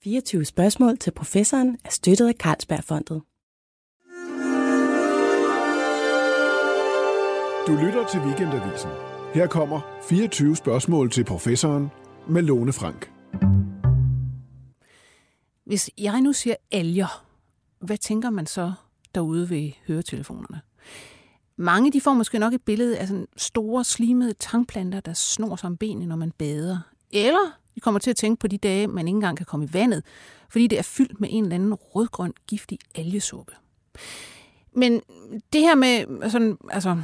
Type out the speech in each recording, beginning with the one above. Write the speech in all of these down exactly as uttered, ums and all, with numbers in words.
fireogtyve spørgsmål til professoren er støttet af Carlsbergfondet. Du lytter til Weekendavisen. Her kommer fireogtyve spørgsmål til professoren med Lone Frank. Hvis jeg nu siger alger, hvad tænker man så derude ved høretelefonerne? Mange de får måske nok et billede af sådan store, slimede tangplanter, der snor sig om benene, når man bader. Eller de kommer til at tænke på de dage, man ikke engang kan komme i vandet, fordi det er fyldt med en eller anden rødgrøn, giftig algesuppe. Men det her med sådan, altså,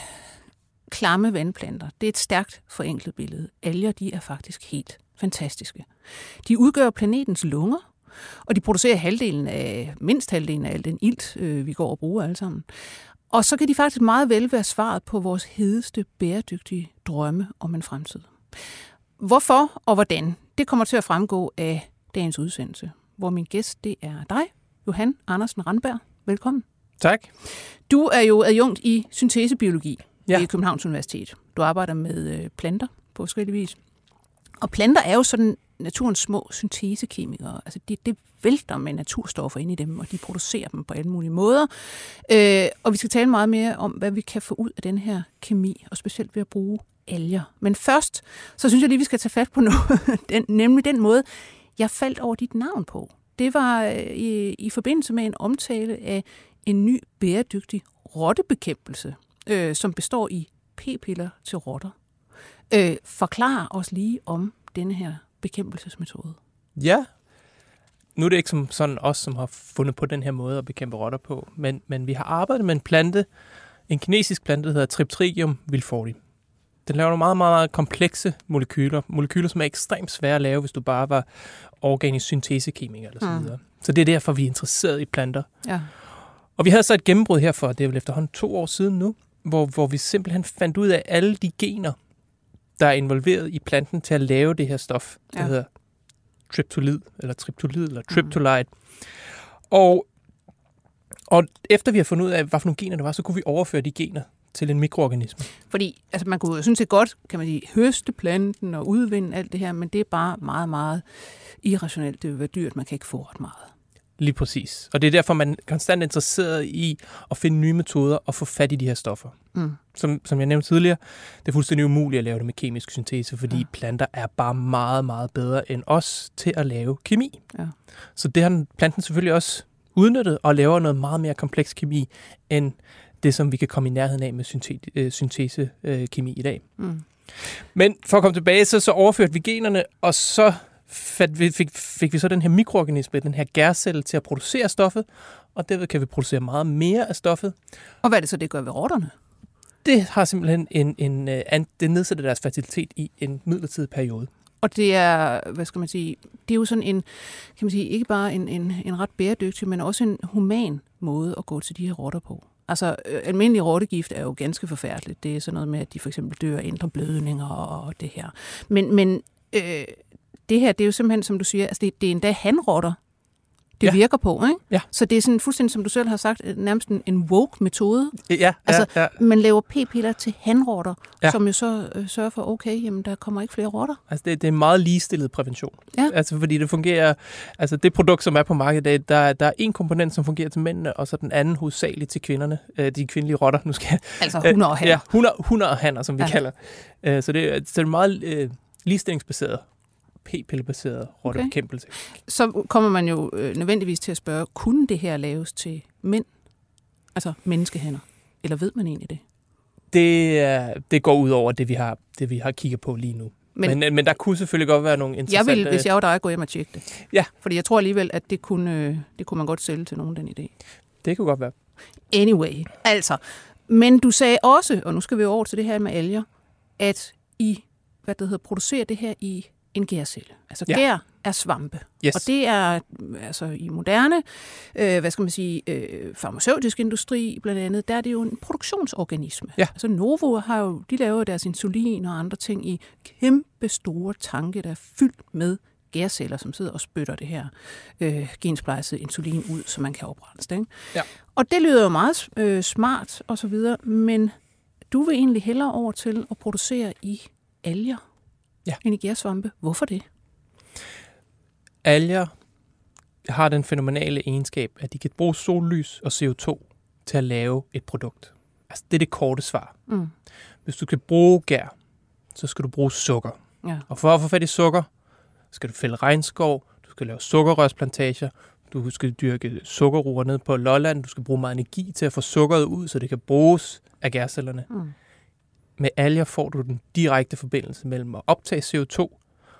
klamme vandplanter, det er et stærkt forenklet billede. Alger, de er faktisk helt fantastiske. De udgør planetens lunger, og de producerer halvdelen af, mindst halvdelen af al den ilt, øh, vi går og bruger alle sammen. Og så kan de faktisk meget vel være svaret på vores hedeste bæredygtige drømme om en fremtid. Hvorfor og hvordan, det kommer til at fremgå af dagens udsendelse, hvor min gæst, det er dig, Johan Andersen Randberg. Velkommen. Tak. Du er jo adjunkt i syntesebiologi ja. ved Københavns Universitet. Du arbejder med planter på forskellig vis. Og planter er jo sådan naturens små syntesekemikere. Altså det, det vælter med naturstoffer ind i dem, og de producerer dem på alle mulige måder. Øh, og vi skal tale meget mere om, hvad vi kan få ud af den her kemi, og specielt ved at bruge alger. Men først, så synes jeg lige, vi skal tage fat på noget, den, nemlig den måde, jeg faldt over dit navn på. Det var i, i forbindelse med en omtale af en ny bæredygtig rottebekæmpelse, øh, som består i p-piller til rotter. Øh, forklar os lige om denne her bekæmpelsesmetode. Ja, nu er det ikke som sådan os, som har fundet på den her måde at bekæmpe rotter på, men, men vi har arbejdet med en plante, en kinesisk plante, der hedder Triptrigium wilfordi. Den laver nogle meget, meget, meget komplekse molekyler, molekyler, som er ekstremt svære at lave, hvis du bare var organisk syntesekemiker eller så videre. Mm. Så det er derfor, vi er interesseret i planter. Ja. Og vi havde så et gennembrud her for, det er vel efterhånden to år siden nu, hvor, hvor vi simpelthen fandt ud af alle de gener, der er involveret i planten til at lave det her stof, der ja. hedder triptolid, eller triptolid, eller triptolide. Mm. Og, og efter vi har fundet ud af, hvad for nogle gener det var, så kunne vi overføre de gener til en mikroorganisme. Fordi altså man kunne synes det godt, kan man sige, høste planten og udvinde alt det her, men det er bare meget, meget irrationelt. Det vil være dyrt, man kan ikke få ret meget. Lige præcis. Og det er derfor, man er konstant interesseret i at finde nye metoder og få fat i de her stoffer. Mm. Som, som jeg nævnte tidligere, det er fuldstændig umuligt at lave det med kemisk syntese, fordi ja. planter er bare meget, meget bedre end os til at lave kemi. Ja. Så det har planten selvfølgelig også udnyttet og laver noget meget mere kompleks kemi, end det, som vi kan komme i nærheden af med synte, syntesekemi i dag. Mm. Men for at komme tilbage, så, så overførte vi generne, og så fik, fik, fik vi så den her mikroorganisme, den her gærcelle til at producere stoffet, og derved kan vi producere meget mere af stoffet. Og hvad er det så, det gør ved rotterne? Det har simpelthen en, en, en, det nedsætter deres fertilitet i en midlertidig periode. Og det er, hvad skal man sige, det er jo sådan en, kan man sige, ikke bare en, en, en ret bæredygtig, men også en human måde at gå til de her rotter på. Altså, øh, almindelig rottegift er jo ganske forfærdeligt. Det er sådan noget med, at de for eksempel dør af indre blødninger og det her. Men, men øh, det her, det er jo simpelthen, som du siger, altså det, det er endda hanrotter, det ja. virker på, ikke? Ja. Så det er sådan fuldstændig, som du selv har sagt, nærmest en, en woke-metode. Ja, ja, altså, ja. man laver p-piller til hanrotter, ja. som jo så øh, sørger for, okay, jamen der kommer ikke flere rotter. Altså det, det er en meget ligestillet prævention. Ja. Altså fordi det fungerer, altså det produkt, som er på markedet, der, der er en komponent, som fungerer til mændene, og så den anden hovedsageligt til kvinderne, øh, de kvindelige rotter. Nu skal jeg, altså hunder og hanner. Ja, hunder, hunder og hanner, som vi ja. kalder. Øh, så, det, så det er meget øh, ligestillingsbaseret. p-pillebaseret rottebekæmpelse. Okay. Så kommer man jo øh, nødvendigvis til at spørge, kunne det her laves til mænd? Altså menneskehænder? Eller ved man egentlig det? Det, det går ud over det, vi har, det, vi har kigget på lige nu. Men, men, men der kunne selvfølgelig godt være nogle interessante... Jeg vil, hvis jeg var dig, gå hjem og tjekke det. Ja. Fordi jeg tror alligevel, at det kunne, det kunne man godt sælge til nogen, den idé. Det kunne godt være. Anyway, altså. Men du sagde også, og nu skal vi over til det her med alger, at I, hvad det hedder, producerer det her i en gærcelle. Altså ja. gær er svampe. Yes. Og det er altså i moderne, øh, hvad skal man sige, øh, farmaceutisk industri blandt andet, der er det jo en produktionsorganisme. Ja. Altså Novo har jo, de laver deres insulin og andre ting i kæmpe store tanke, der er fyldt med gærceller, som sidder og spytter det her øh, gensplejsede insulin ud, så man kan oprense det. Ikke? Ja. Og det lyder jo meget øh, smart og så videre, men du vil egentlig hellere over til at producere i alger. Ja. End i gærsvampe. Hvorfor det? Alger har den fænomenale egenskab, at de kan bruge sollys og C O to til at lave et produkt. Altså, det er det korte svar. Mm. Hvis du kan bruge gær, så skal du bruge sukker. Ja. Og for at få fat i sukker, skal du fælde regnskov, du skal lave sukkerrørsplantager, du skal dyrke sukkerroer ned på Lolland, du skal bruge meget energi til at få sukkeret ud, så det kan bruges af gærcellerne. Mm. Med alger får du den direkte forbindelse mellem at optage C O to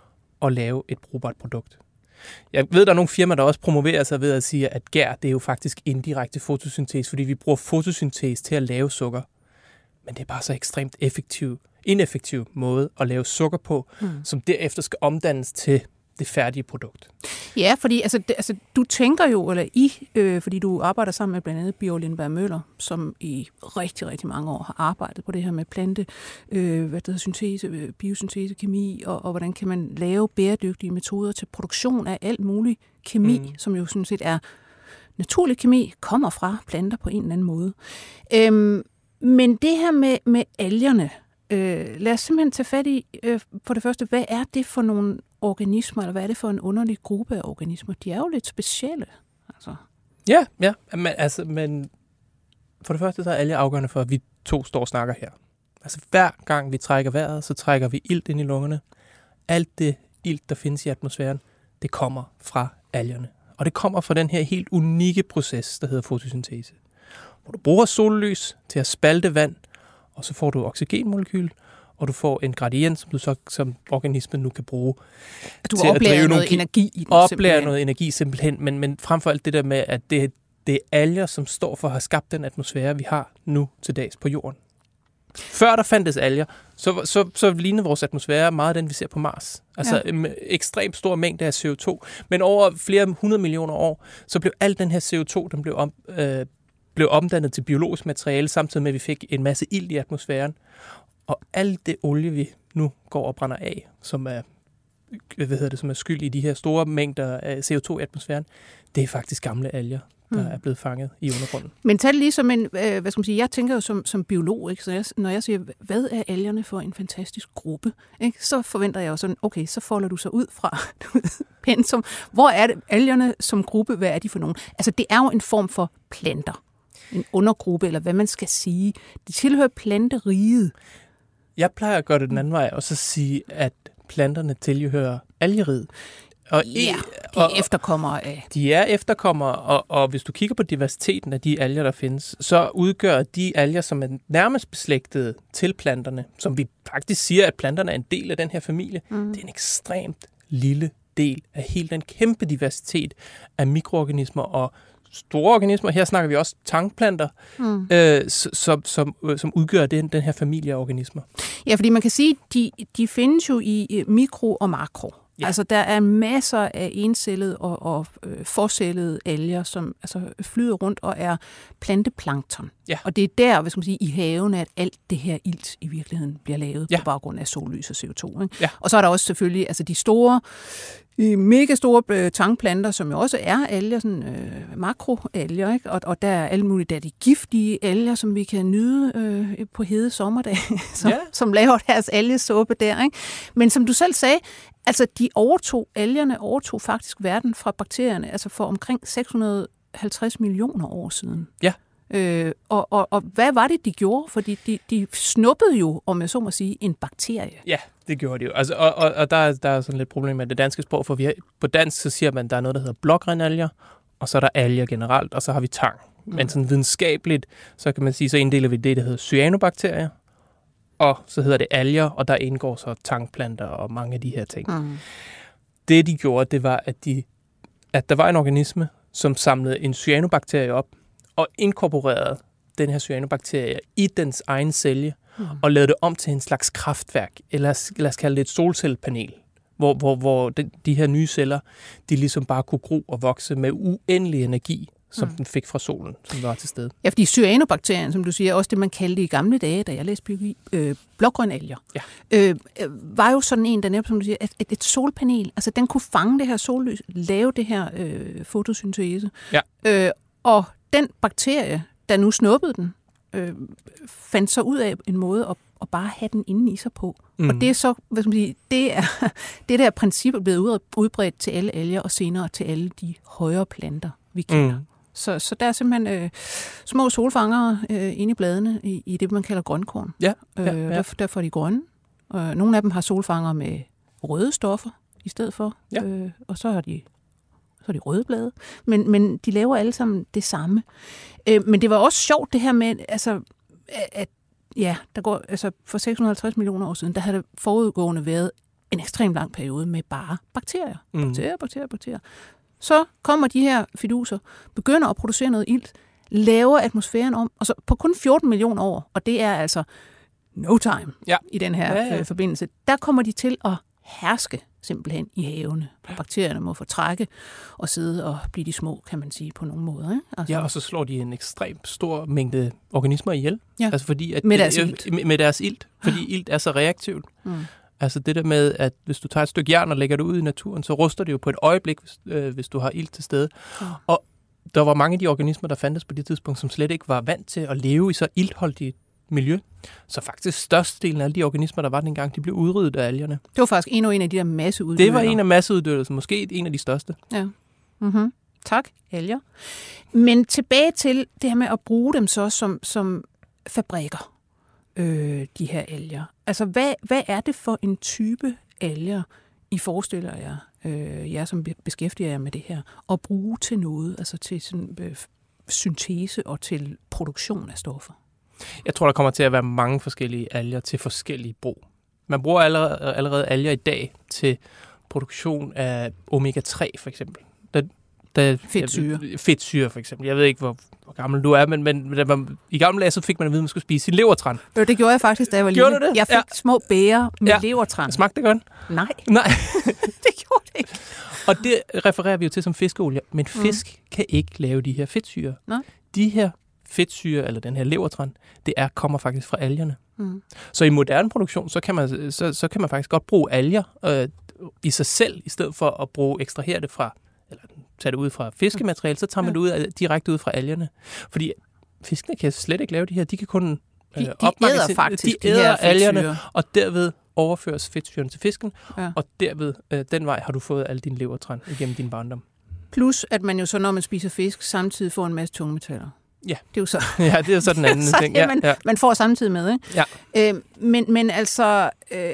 og lave et brugbart produkt. Jeg ved, der er nogle firmaer, der også promoverer sig ved at sige, at gær, det er jo faktisk indirekte fotosyntese, fordi vi bruger fotosyntese til at lave sukker. Men det er bare så ekstremt effektiv, ineffektiv måde at lave sukker på, mm. som derefter skal omdannes til det færdige produkt. Ja, fordi altså, det, altså, du tænker jo, eller I, øh, fordi du arbejder sammen med blandt andet Bio Lindberg Møller, som i rigtig, rigtig mange år har arbejdet på det her med plante, øh, hvad det hedder, syntese, biosyntese, kemi, og, og hvordan kan man lave bæredygtige metoder til produktion af alt muligt kemi, mm. som jo sådan set er naturlig kemi, kommer fra planter på en eller anden måde. Øhm, men det her med, med algerne, øh, lad os simpelthen tage fat i, øh, for det første, hvad er det for nogle organismer, eller hvad er det for en underlig gruppe af organismer? De er jo lidt specielle. Altså. Ja, ja. Men, altså, men for det første så er alger afgørende for, at vi to står og snakker her. Altså hver gang vi trækker vejret, så trækker vi ilt ind i lungerne. Alt det ilt, der findes i atmosfæren, det kommer fra algerne. Og det kommer fra den her helt unikke proces, der hedder fotosyntese. Hvor du bruger sollys til at spalte vand, og så får du oxygenmolekyl, og du får en gradient, som du så som organismen nu kan bruge du til at drive noget nogle energi i den. Oplærer noget energi simpelthen, men, men frem for alt det der med, at det, det er alger, som står for at have skabt den atmosfære, vi har nu til dags på jorden. Før der fandtes alger, så, så, så lignede vores atmosfære meget den, vi ser på Mars. Altså ja. En ekstremt stor mængde af C O to. Men over flere hundrede millioner år, så blev al den her C O to, den blev, om, øh, blev omdannet til biologisk materiale, samtidig med, at vi fik en masse ilt i atmosfæren. Og alt det olie, vi nu går og brænder af, som er, hvad hedder det, som er skyld i de her store mængder af C O to i atmosfæren, det er faktisk gamle alger, der mm. er blevet fanget i undergrunden. Men tag det lige som en, øh, hvad skal man sige, jeg tænker jo som, som biolog, ikke? Så jeg, når jeg siger, hvad er algerne for en fantastisk gruppe, ikke? Så forventer jeg jo sådan, okay, så folder du så ud fra pensum. Hvor er det algerne som gruppe, hvad er de for nogen? Altså det er jo en form for planter, en undergruppe, eller hvad man skal sige. De tilhører planteriget. Jeg plejer at gøre det den anden vej, og så sige, at planterne tilhører algeriget. Og ja, de er efterkommere af. De er efterkommere, og, og hvis du kigger på diversiteten af de alger, der findes, så udgør de alger, som er nærmest beslægtede til planterne, som vi faktisk siger, at planterne er en del af den her familie, mm. det er en ekstremt lille del af hele den kæmpe diversitet af mikroorganismer og store organismer. Her snakker vi også tangplanter, mm. øh, som, som, som udgør den, den her familie af organismer. Ja, fordi man kan sige, at de, de findes jo i mikro og makro. Ja. Altså, der er masser af encellede og, og øh, forcellede alger, som altså, flyder rundt og er planteplankton. Ja. Og det er der, hvad skal man sige, i haven, at alt det her ilt i virkeligheden bliver lavet ja. På baggrund af sollys og C O to. Ikke? Ja. Og så er der også selvfølgelig altså, de store, mega store øh, tangplanter, som jo også er alger, sådan øh, makroalger, ikke? Og, og der er alle mulige, der er de giftige alger, som vi kan nyde øh, på hede sommerdage, som, ja. Som laver deres algesuppe der. Ikke? Men som du selv sagde, altså de overtog, algerne overtog faktisk verden fra bakterierne, altså for omkring seks hundrede og halvtreds millioner år siden. Ja. Øh, og, og, og hvad var det, de gjorde? Fordi de, de snuppede jo, om jeg så må sige, en bakterie. Ja, det gjorde de jo. Altså, og og, og der, er, der er sådan lidt problem med det danske sprog, for vi har, på dansk så siger man, at der er noget, der hedder blågrenalger, og så er der alger generelt, og så har vi tang. Mm. Men sådan videnskabeligt, så kan man sige, så inddeler vi det, der hedder cyanobakterier, og så hedder det alger, og der indgår så tangplanter og mange af de her ting. Mm. Det, de gjorde, det var, at, de, at der var en organisme, som samlede en cyanobakterie op, og inkorporerede den her cyanobakterie i dens egen celle, mm. og lavede det om til en slags kraftværk, eller lad os kalde det et solcellepanel, hvor, hvor, hvor de, de her nye celler, de ligesom bare kunne gro og vokse med uendelig energi, som mm. den fik fra solen, som var til stede. Ja, fordi cyanobakterien, som du siger, også det, man kaldte i gamle dage, da jeg læste biologi, øh, blågrønalger, ja. øh, var jo sådan en, der netop, som du siger, et, et, et solpanel, altså den kunne fange det her sollys, lave det her øh, fotosyntese. Ja. Øh, og den bakterie, der nu snuppede den, øh, fandt så ud af en måde at, at bare have den inde i sig på. Mm. Og det er så, hvad skal man sige, det er det der princip er blevet udbredt til alle alger, og senere til alle de højere planter, vi kender. Mm. Så, så der er simpelthen øh, små solfangere øh, inde i bladene i, i det, man kalder grønkorn. Ja, ja, ja. Øh, derfor, derfor er de grønne. Øh, nogle af dem har solfangere med røde stoffer i stedet for, ja. øh, og så har de så har de røde blade. Men, men de laver alle sammen det samme. Øh, men det var også sjovt det her med, altså, at ja, der går, altså for seks hundrede og halvtreds millioner år siden, der havde det forudgående været en ekstremt lang periode med bare bakterier. Mm. Bakterier, bakterier, bakterier. Så kommer de her fiduser, begynder at producere noget ilt, laver atmosfæren om, og så på kun fjorten millioner år, og det er altså no time ja. i den her ja, ja. Øh, forbindelse, der kommer de til at herske simpelthen i havene. Bakterierne må fortrække og sidde og blive de små, kan man sige, på nogle måder. Ikke? Altså, ja, og så slår de en ekstremt stor mængde organismer ihjel. Ja. Altså fordi, at med deres ilt. Med, med deres ilt, fordi ilt er så reaktivt. Mm. Altså det der med, at hvis du tager et stykke jern og lægger det ud i naturen, så ruster det jo på et øjeblik, hvis, øh, hvis du har ilt til stede. Ja. Og der var mange af de organismer, der fandtes på det tidspunkt, som slet ikke var vant til at leve i så iltholdigt miljø. Så faktisk størstedelen af alle de organismer, der var dengang, de blev udryddet af algerne. Det var faktisk en og en af de der masseuddødelser. Det var en af masseuddødelser, måske en af de største. Ja. Mm-hmm. Tak, alger. Men tilbage til det her med at bruge dem så som, som fabrikker, øh, de her alger. Altså, hvad, hvad er det for en type alger, I forestiller jer, øh, jer som beskæftiger jer med det her, at bruge til noget, altså til sådan, øh, syntese og til produktion af stoffer? Jeg tror, der kommer til at være mange forskellige alger til forskellige brug. Man bruger allerede, allerede alger i dag til produktion af omega tre, for eksempel. Der, der, fedtsyre. Fedtsyre, for eksempel. Jeg ved ikke, hvor, hvor gammel du er, men, men der var, i gamle dage så fik man at vide, at man skulle spise sin levertran. Jo, det gjorde jeg faktisk, da jeg var lille. Gjorde du det? Jeg fik ja. små bæger med ja. levertran. Smagte det godt? Nej. Nej. Det gjorde det ikke. Og det refererer vi jo til som fiskeolie. Men fisk mm. kan ikke lave de her fedtsyre. Nej. De her fedtsyre, eller den her levertran, det er, kommer faktisk fra algerne. Mm. Så i moderne produktion, så kan man, så, så kan man faktisk godt bruge alger øh, i sig selv, i stedet for at bruge ekstrahere det fra, eller tage det ud fra fiskemateriale, så tager man det ud, direkte ud fra algerne. Fordi fiskene kan slet ikke lave de her, de kan kun øh, de, de æder faktisk de æder algerne, og derved overføres fedtsyren til fisken, ja. og derved, øh, den vej har du fået alle dine levertran igennem din barndom. Plus, at man jo så, når man spiser fisk, samtidig får en masse tungmetaller. Ja. Det er jo så. Ja, det er så den anden så ting. Ja, man, ja. man får samtidig med, ikke? Ja. Øh, men, men altså, øh,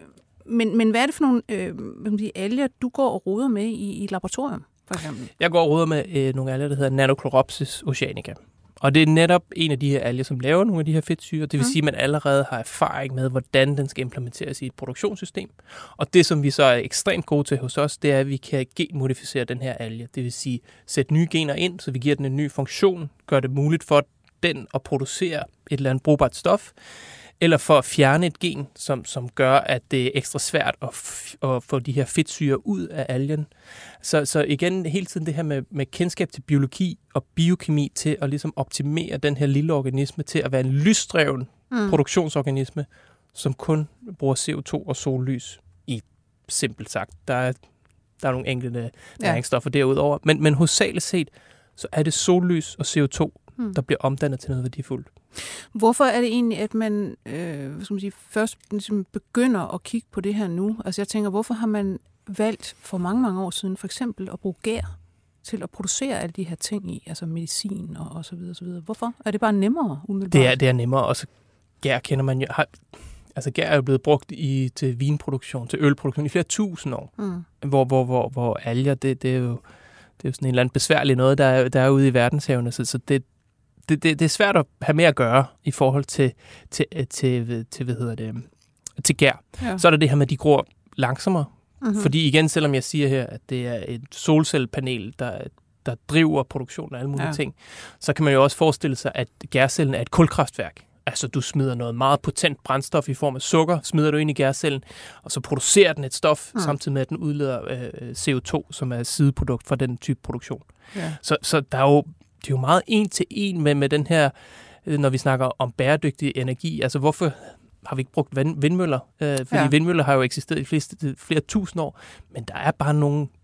men, men hvad er det for nogle øh, hvad kan man sige, alger, du går og roder med i, i et laboratorium, for eksempel? Jeg går og roder med øh, nogle alger, der hedder Nanochloropsis oceanica. Og det er netop en af de her alger, som laver nogle af de her fedtsyre. Det vil mm. sige, at man allerede har erfaring med, hvordan den skal implementeres i et produktionssystem. Og det, som vi så er ekstremt gode til hos os, det er, at vi kan genmodificere den her alge. Det vil sige, sætte nye gener ind, så vi giver den en ny funktion, gør det muligt for den at producere et eller andet brugbart stof, eller for at fjerne et gen, som, som gør, at det er ekstra svært at, f- at få de her fedtsyre ud af algen. Så, så igen, hele tiden det her med, med kendskab til biologi og biokemi til at ligesom optimere den her lille organisme til at være en lysdreven mm. produktionsorganisme, som kun bruger C O to og sollys i simpelt sagt. Der er, der er nogle enkelte næringsstoffer ja. derudover, men, men hovedsageligt set, så er det sollys og C O to, mm. der bliver omdannet til noget værdifuldt. Hvorfor er det egentlig, at man, øh, hvad skal man sige, først ligesom begynder at kigge på det her nu? Altså jeg tænker, hvorfor har man valgt for mange, mange år siden for eksempel at bruge gær til at producere alle de her ting i, altså medicin og, og så videre, så videre. Hvorfor? Er det bare nemmere umiddelbart? Det er, det er nemmere, og så gær kender man jo, har, altså gær er jo blevet brugt i, til vinproduktion, til ølproduktion i flere tusind år, mm. hvor, hvor, hvor, hvor alger, det, det, er jo, det er jo sådan en eller anden besværlig noget, der er, der er ude i verdenshavene, så, så det Det, det, det er svært at have med at gøre i forhold til, til, til, til, hvad hedder det, til gær. Ja. Så er der det her med, at de gror langsommere. Mm-hmm. Fordi igen, selvom jeg siger her, at det er et solcellepanel, der, der driver produktionen af alle mulige ja. ting, så kan man jo også forestille sig, at gærcellen er et kulkraftværk. Altså, du smider noget meget potent brændstof i form af sukker, smider du ind i gærcellen, og så producerer den et stof, mm. samtidig med, at den udleder øh, C O to, som er et sideprodukt fra den type produktion. Ja. Så, så der er jo Det er jo meget en til en med, med den her, når vi snakker om bæredygtig energi. Altså, hvorfor har vi ikke brugt vind, vindmøller? Øh, fordi ja. vindmøller har jo eksisteret i flere, flere tusind år, men der er bare nogle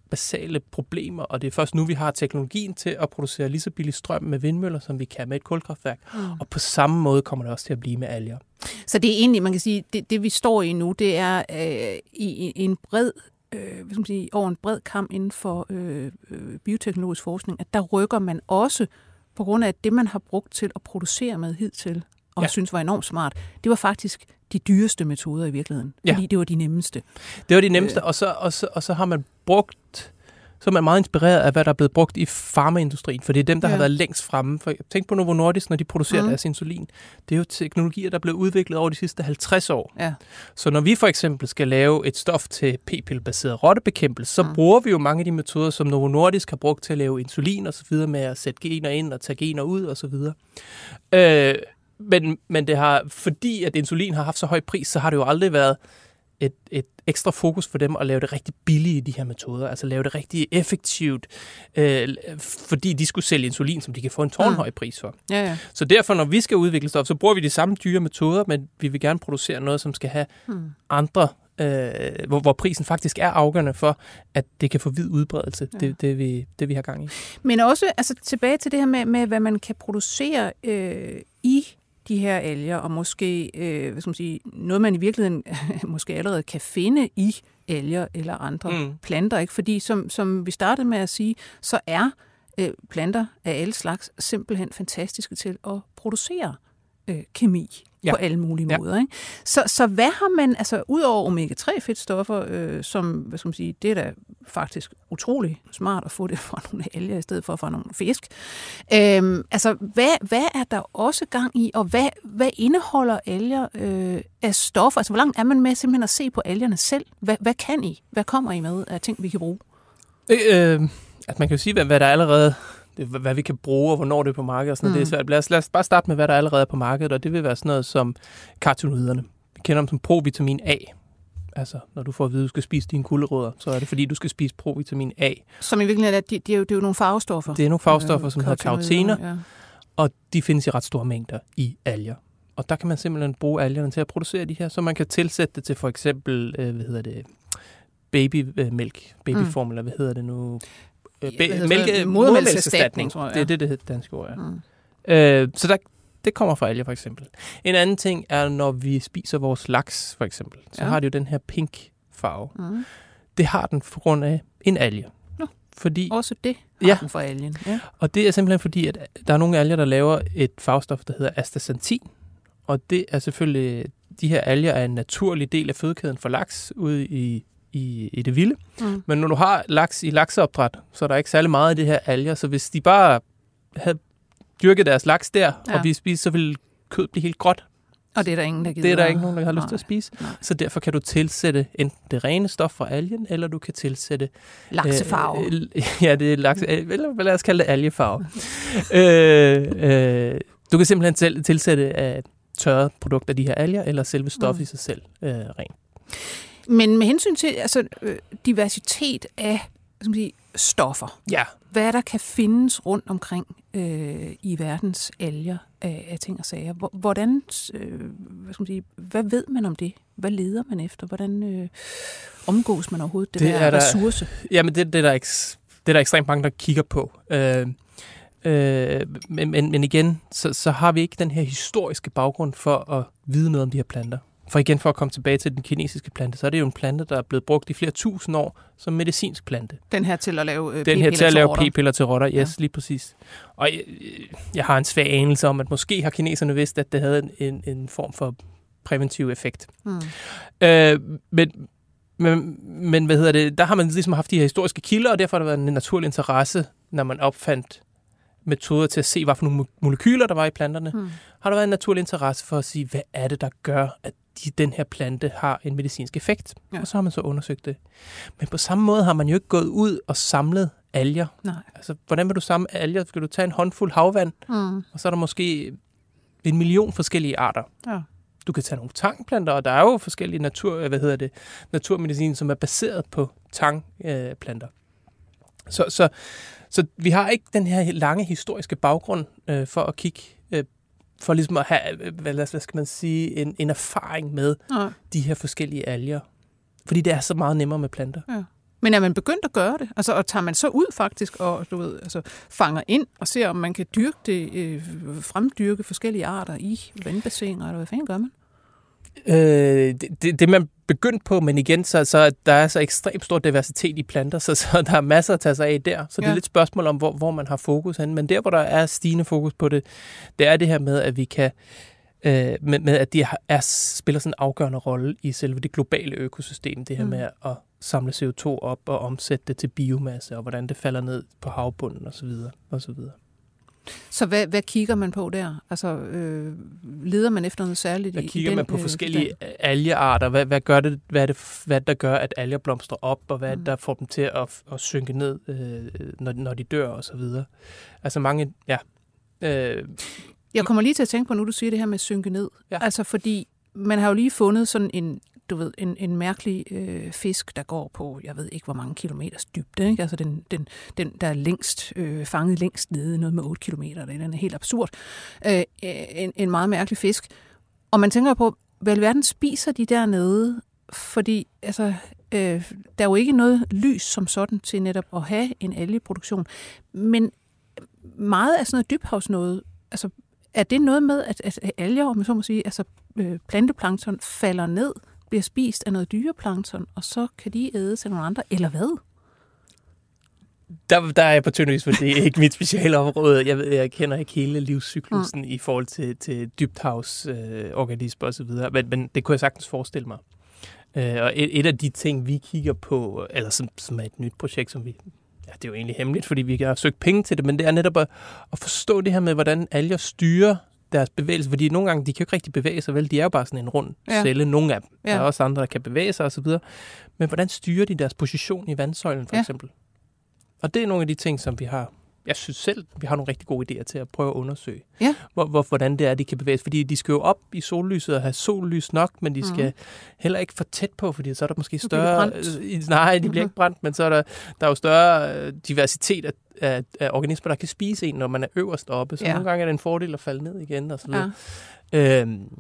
basale problemer, og det er først nu, vi har teknologien til at producere lige så billig strøm med vindmøller, som vi kan med et kulkraftværk. Mm. Og på samme måde kommer det også til at blive med alger. Så det er egentlig, man kan sige, det, det vi står i nu, det er øh, i, i en bred, øh, hvad skal man sige, over en bred kamp inden for øh, øh, bioteknologisk forskning, at der rykker man også på grund af, at det, man har brugt til at producere med hidtil, og ja. synes var enormt smart, det var faktisk de dyreste metoder i virkeligheden, fordi ja. det var de nemmeste. Det var de nemmeste, øh. og, så, og, så, og så har man brugt, så er man meget inspireret af, hvad der er blevet brugt i farmaindustrien, for det er dem, der ja. har været længst fremme. For tænk på Novo Nordisk, når de producerer mm. deres insulin. Det er jo teknologier, der er blevet udviklet over de sidste halvtreds år. Ja. Så når vi for eksempel skal lave et stof til p-pillebaseret rottebekæmpelse, så mm. bruger vi jo mange af de metoder, som Novo Nordisk har brugt til at lave insulin og så videre, med at sætte gener ind og tage gener ud og så videre. Øh, Men, men det har, fordi at insulin har haft så høj pris, så har det jo aldrig været et, et ekstra fokus for dem at lave det rigtig billigt i de her metoder. Altså lave det rigtig effektivt, øh, fordi de skulle sælge insulin, som de kan få en tårnhøj pris for. Ja, ja. Så derfor, når vi skal udvikle stof, så bruger vi de samme dyre metoder, men vi vil gerne producere noget, som skal have hmm. andre, øh, hvor, hvor prisen faktisk er afgørende for, at det kan få vid udbredelse, ja. det, det, vi, det vi har gang i. Men også altså, tilbage til det her med, med hvad man kan producere øh, i de her alger, og måske øh, hvad skal man sige, noget, man i virkeligheden måske allerede kan finde i alger eller andre mm. planter. Ikke? Fordi som, som vi startede med at sige, så er øh, planter af alle slags simpelthen fantastiske til at producere øh, kemi ja. på alle mulige ja. måder. Ikke? Så, så hvad har man, altså ud over omega tre fedtstoffer, øh, som, hvad skal man sige, det er da faktisk utrolig smart at få det fra nogle alger, i stedet for fra nogle fisk. Øhm, altså, hvad, hvad er der også gang i, og hvad, hvad indeholder alger øh, af stoffer? Altså, hvor langt er man med simpelthen at se på algerne selv? Hvad, hvad kan I? Hvad kommer I med af ting, vi kan bruge? Øh, øh, at man kan jo sige, hvad, hvad der allerede... hvad vi kan bruge, og hvornår det er på markedet. Og sådan mm. Det er svært. Lad os, lad os bare starte med, hvad der allerede er på markedet, og det vil være sådan noget som karotenoiderne. Vi kender dem som provitamin A. Altså, når du får at vide, at du skal spise dine gulerødder, så er det fordi, du skal spise provitamin A. Som i virkeligheden er, de, de er, jo, det er jo nogle farvestoffer. Det er nogle farvestoffer, øh, som hedder karotener, ja. og de findes i ret store mængder i alger. Og der kan man simpelthen bruge algerne til at producere de her, så man kan tilsætte det til for eksempel, øh, hvad hedder det, babymælk, babyformula, mm. hvad hedder det nu... Mælke, modermælkserstatning, tror jeg. Det er det, det hedder danske ord, ja. Mm. Øh, så der, det kommer fra alger, for eksempel. En anden ting er, når vi spiser vores laks, for eksempel, så ja. har det jo den her pink farve. Mm. Det har den på grund af en alge. Ja. Fordi, også det har ja. den fra algen. Ja. Og det er simpelthen fordi, at der er nogle alger, der laver et farvestof, der hedder astaxanthin. Og det er selvfølgelig, de her alger er en naturlig del af fødekæden for laks ude i I, i det vilde. Mm. Men når du har laks i lakseopdræt, så er der ikke særlig meget af det her alger. Så hvis de bare havde dyrket deres laks der, ja. og vi spiste, så ville kød blive helt gråt. Og det er der ingen, der gider. Det er der ikke nogen, der har lyst Nej. til at spise. Nej. Så derfor kan du tilsætte enten det rene stof fra algen, eller du kan tilsætte... laksefarve. Øh, ja, det er lakse... Eller lad os kalde det algefarve. øh, øh, du kan simpelthen tilsætte uh, tørrede produkter af de her alger, eller selve stoffet mm. i sig selv uh, rent. Men med hensyn til altså, øh, diversitet af skal man sige, stoffer, ja. hvad der kan findes rundt omkring øh, i verdens alger af, af ting og sager, hvordan, øh, hvad, skal man sige, hvad ved man om det? Hvad leder man efter? Hvordan øh, omgås man overhovedet det, det der, der ressource? Jamen, det, det, er der ek, det er der ekstremt mange, der kigger på. Øh, øh, men, men, men igen, så, så har vi ikke den her historiske baggrund for at vide noget om de her planter. For igen, for at komme tilbage til den kinesiske plante, så er det jo en plante, der er blevet brugt i flere tusind år som medicinsk plante. Den her til at lave øh, Den her til at lave rotter. p-piller til rotter, yes, ja. lige præcis. Og jeg, jeg har en svag anelse om, at måske har kineserne vidst, at det havde en, en, en form for præventiv effekt. Hmm. Øh, men, men, men hvad hedder det? Der har man ligesom haft de her historiske kilder, og derfor har der været en naturlig interesse, når man opfandt metoder til at se, hvad for nogle molekyler, der var i planterne, hmm. har der været en naturlig interesse for at sige, hvad er det, der gør, at de, den her plante har en medicinsk effekt. Ja. Og så har man så undersøgt det. Men på samme måde har man jo ikke gået ud og samlet alger. Nej. Altså, hvordan vil du samle alger? Skal du tage en håndfuld havvand, hmm. og så er der måske en million forskellige arter. Ja. Du kan tage nogle tangplanter, og der er jo forskellige natur, hvad hedder det, naturmedicin, som er baseret på tangplanter. Øh, så, så Så vi har ikke den her lange historiske baggrund øh, for at kigge, øh, for ligesom at have, hvad, hvad skal man sige, en, en erfaring med ja. de her forskellige alger. Fordi det er så meget nemmere med planter. Ja. Men er man begyndt at gøre det? Altså, og tager man så ud faktisk og du ved, altså, fanger ind og ser, om man kan dyrke det, øh, fremdyrke forskellige arter i vandbassiner, eller hvad fanden gør man? Øh, det, det, det er man begyndt på, men igen, så, så der er så ekstremt stor diversitet i planter, så, så der er masser at tage sig af der. Så det ja. er lidt spørgsmål om, hvor, hvor man har fokus hen. Men der, hvor der er stigende fokus på det, det er det her med, at vi kan øh, med, med, at de er, spiller sådan en afgørende rolle i selve det globale økosystem. Det her mm. med at samle C O to op og omsætte det til biomasse, og hvordan det falder ned på havbunden osv. osv. Så hvad, hvad kigger man på der? Altså, øh, leder man efter noget særligt? Hvad i, kigger i den, man på øh, forskellige den? algearter? Hvad, hvad, gør det, hvad er det, hvad der gør, at alger blomstrer op, og hvad mm. der får dem til at, at synke ned, øh, når, når de dør og så videre? Altså mange, ja. Øh, Jeg kommer lige til at tænke på, nu du siger det her med at synke ned. Ja. Altså, fordi man har jo lige fundet sådan en, du ved, en, en mærkelig øh, fisk, der går på, jeg ved ikke, hvor mange kilometers dybde, ikke? Altså den, den, den der er længst, øh, fanget længst nede, noget med otte kilometer, det er helt absurd. Øh, en, en meget mærkelig fisk. Og man tænker på, hvad alverden spiser de dernede? Fordi altså, øh, der er jo ikke noget lys som sådan til netop at have en algeproduktion. Men meget af sådan noget dybhavsnåde, altså er det noget med, at, at alger, om man så må sige, altså øh, planteplankton falder ned, bliver spist af noget dyreplankton, og så kan de ædes af nogle andre, eller hvad? Der, der er jeg på tynd is, for det er ikke mit speciale område. Jeg, ved, jeg kender ikke hele livscyklusen mm. i forhold til, til dybthavsorganismer øh, og så videre, men, men det kunne jeg sagtens forestille mig. Øh, og et, et af de ting, vi kigger på, eller som, som er et nyt projekt, som vi... Ja, det er jo egentlig hemmeligt, fordi vi har søgt penge til det, men det er netop at, at forstå det her med, hvordan alger styrer deres bevægelse, fordi nogle gange, de kan jo ikke rigtig bevæge sig, vel? De er jo bare sådan en rund ja. celle, nogle af dem. Ja. Der er også andre, der kan bevæge sig og så videre. Men hvordan styrer de deres position i vandsøjlen, for ja. eksempel? Og det er nogle af de ting, som vi har, jeg synes selv, vi har nogle rigtig gode idéer til at prøve at undersøge, ja. hvor, hvor, hvordan det er, de kan bevæge sig. Fordi de skal jo op i sollyset og have sollys nok, men de skal mm. heller ikke for tæt på, fordi så er der måske større... Nej, de bliver ikke brændt, men så er der, der er jo større diversitet af, af, af organismer, der kan spise en, når man er øverst oppe. Så ja. nogle gange er det en fordel at falde ned igen og så videre. Ja. Øhm,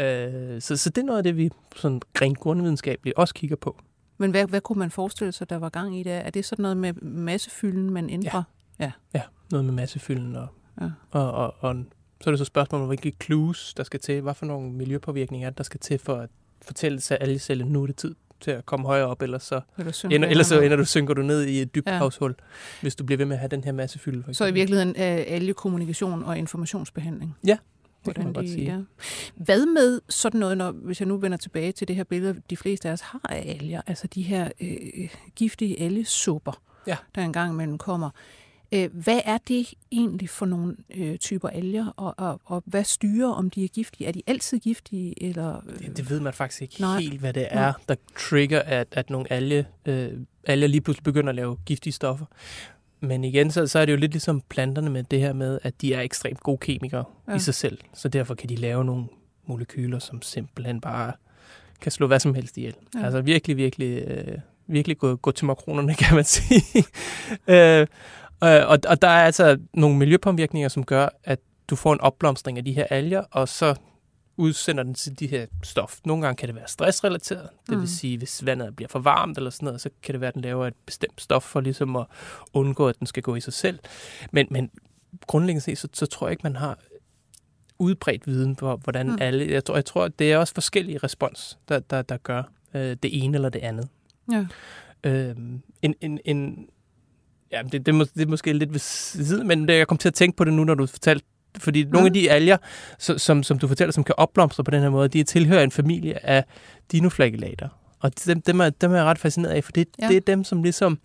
øh, så, så det er noget af det, vi sådan rent grundvidenskabeligt også kigger på. Men hvad, hvad kunne man forestille sig, der var gang i det? Er det sådan noget med massefylden, man ændrer? Ja. Ja. ja, noget med massefylden. Og, ja. og, og, og så er det så spørgsmålet om, hvilke clues der skal til. Hvad for nogle miljøpåvirkninger der skal til for at fortælle sig algecelle, nu er det tid til at komme højere op, ellers så, ender, ellers så ender du, synker du ned i et dybt ja. havshul, hvis du bliver ved med at have den her massefylde. For så i virkeligheden er algekommunikation og informationsbehandling? Ja. Det kan man godt sige. Ja. Hvad med sådan noget, når, hvis jeg nu vender tilbage til det her billede, de fleste af os har af alger, altså de her øh, giftige algesupper, ja. der engang imellem kommer. Øh, hvad er det egentlig for nogle øh, typer alger, og, og, og hvad styrer, om de er giftige? Er de altid giftige? Eller, øh... det, det ved man faktisk ikke Nej. helt, hvad det er, der trigger, at, at nogle alge, øh, alger lige pludselig begynder at lave giftige stoffer. Men igen, så, så er det jo lidt ligesom planterne med det her med, at de er ekstremt gode kemikere ja. i sig selv. Så derfor kan de lave nogle molekyler, som simpelthen bare kan slå hvad som helst ihjel. Ja. Altså virkelig, virkelig, øh, virkelig gå, gå til makronerne, kan man sige. øh, og, og der er altså nogle miljøpåvirkninger, som gør, at du får en opblomstring af de her alger, og så udsender den til de her stof. Nogle gange kan det være stressrelateret. Det vil mm. sige, hvis vandet bliver for varmt eller sådan noget, så kan det være, at den laver et bestemt stof for ligesom at undgå, at den skal gå i sig selv. Men, men grundlæggende set, så, så tror jeg ikke, man har udbredt viden på, hvordan mm. alle... Jeg tror, jeg tror, det er også forskellige respons, der, der, der gør øh, det ene eller det andet. Ja. Øh, en, en, en, ja, det, det, er mås- det er måske lidt ved siden, men jeg kom til at tænke på det nu, når du fortalte. Fordi mm. nogle af de alger, som, som du fortæller, som kan opblomstre på den her måde, de tilhører en familie af dinoflagellater. Og dem, dem, er, dem er jeg ret fascineret af, for det, ja. det er dem, som ligesom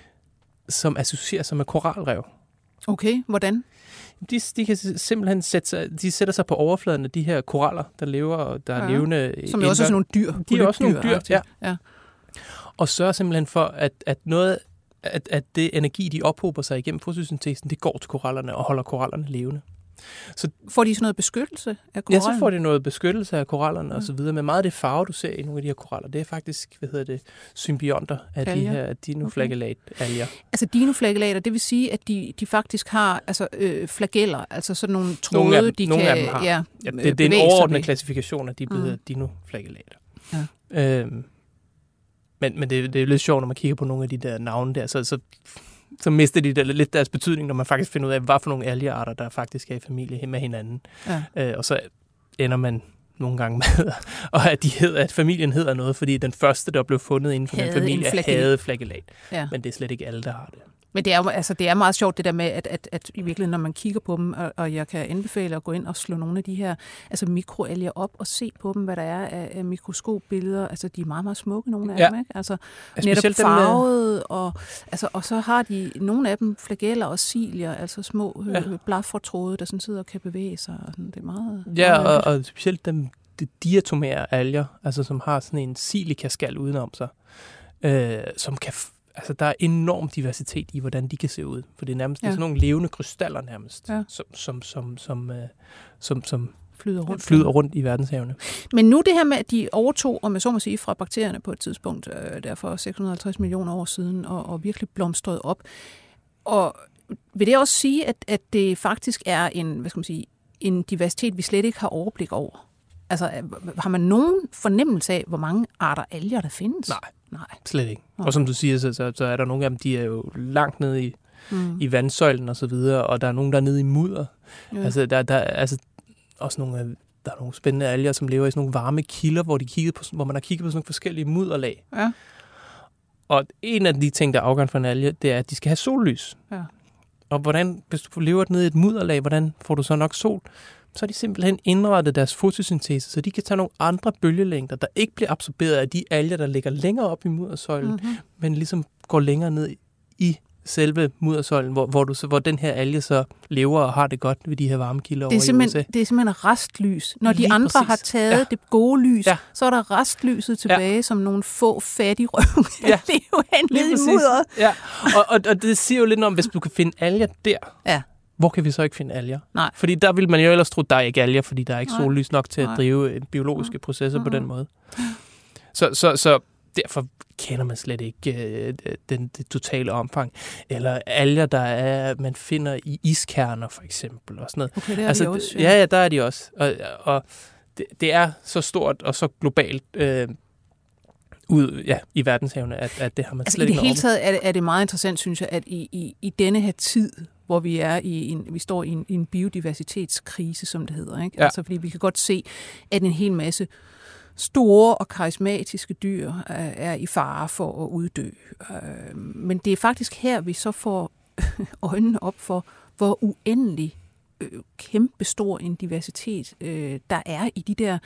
som associerer sig med koralrev. Okay, hvordan? De, de kan simpelthen sætte sig, de sætter sig på overfladen af de her koraller, der lever, der er ja. levende. Som er også sådan nogle dyr. De er også nogle dyr, ja. ja. Og sørger simpelthen for, at, at noget at, at det energi, de ophober sig igennem fotosyntesen, det går til korallerne og holder korallerne levende. Så får de sådan noget beskyttelse af korallen? Ja, så får de noget beskyttelse af korallerne ja. og så videre. Men meget af det farve, du ser i nogle af de her koraller, det er faktisk, hvad hedder det, symbionter af alger. De her dinoflagellat-alger. Okay. Altså dinoflagellater, det vil sige, at de, de faktisk har altså, øh, flageller, altså sådan nogle tråde, nogle af dem, de nogle kan af dem har. Ja, ja, det, det er en overordnet klassifikation af de, der hedder mm. dinoflagellater. Ja. Øhm, men Men, men det, det er lidt sjovt, når man kigger på nogle af de der navne der, så, så, så mister de der, lidt deres betydning, når man faktisk finder ud af, hvad for nogle algearter, der faktisk er i familie med hinanden. Ja. Øh, og så ender man nogle gange med, og at, de hedder, at familien hedder noget, fordi den første, der blev fundet inden for havde den familie, havde flagellat. Ja. Men det er slet ikke alle, der har det. Men det er jo altså, det er meget sjovt det der med, at, at, at i virkeligheden, når man kigger på dem, og, og jeg kan anbefale at gå ind og slå nogle af de her altså mikroalger op og se på dem, hvad der er af, af mikroskopbilleder. Altså, de er meget, meget smukke, nogle af ja. dem, ikke? Altså, ja, netop farvet, og, altså, og så har de nogle af dem flageller og cilier, altså små ja. blaffortråde, der sådan sidder og kan bevæge sig. Og sådan. Det er meget... Ja, meget og, og specielt dem de diatomære alger, altså som har sådan en silikaskal udenom sig, øh, som kan... Altså, der er enorm diversitet i, hvordan de kan se ud. For det er nærmest ja. det er sådan nogle levende krystaller nærmest, ja. som, som, som, som, øh, som, som flyder rundt. flyder rundt i verdenshavene. Men nu det her med, at de overtog, om jeg så må sige, fra bakterierne på et tidspunkt, øh, der for seks hundrede og halvtreds millioner år siden, og, og virkelig blomstrede op. Og vil det også sige, at, at det faktisk er en, hvad skal man sige, en diversitet, vi slet ikke har overblik over? Altså, har man nogen fornemmelse af, hvor mange arter alger, der findes? Nej. Nej. Slet ikke. Okay. Og som du siger, så, så, så er der nogle af dem, de er jo langt nede i, mm. i vandsøjlen og så videre, og der er nogle, der er nede i mudder. Ja. Altså, der, der er altså også nogle, der er nogle spændende alger, som lever i sådan nogle varme kilder, hvor, de kigger på, hvor man har kigget på sådan nogle forskellige mudderlag. Ja. Og en af de ting, der er afgørende for en alge, det er, at de skal have sollys. Ja. Og hvordan, hvis du lever nede i et mudderlag, hvordan får du så nok sol? Så har de simpelthen indrettet deres fotosyntese, så de kan tage nogle andre bølgelængder, der ikke bliver absorberet af de alger, der ligger længere op i muddersøjlen, mm-hmm. men ligesom går længere ned i selve muddersøjlen, hvor, hvor, du så, hvor den her alge så lever og har det godt ved de her varmekilder over i U S A. Det er simpelthen restlys. Når Lige de andre præcis. har taget ja. det gode lys, ja. så er der restlyset tilbage, ja. som nogle få fattige røv kan ja. leve hen ned i mudderet. Ja. Og, og, og det siger jo lidt om, hvis du kan finde alger der, ja. hvor kan vi så ikke finde alger? Nej. Fordi der vil man jo ellers tro, der er ikke alger, fordi der er ikke Nej. sollys nok til at Nej. drive biologiske processer Nej. på den måde. Så, så, så derfor kender man slet ikke øh, den, det totale omfang. Eller alger, der er, man finder i iskerner, for eksempel. Og sådan noget. Okay, det er altså, de også. Ja. ja, ja, der er de også. Og, og det, det er så stort og så globalt øh, ud ja, i verdenshavene, at, at det har man altså, slet ikke i det hele taget er det, er det meget interessant, synes jeg, at i, i, i denne her tid, hvor vi er i en, vi står i en, i en biodiversitetskrise, som det hedder, ikke? Ja. Altså, fordi vi kan godt se, at en hel masse store og karismatiske dyr er i fare for at uddø. Men det er faktisk her, vi så får øjnene op for, hvor uendelig kæmpestor en diversitet der er i de der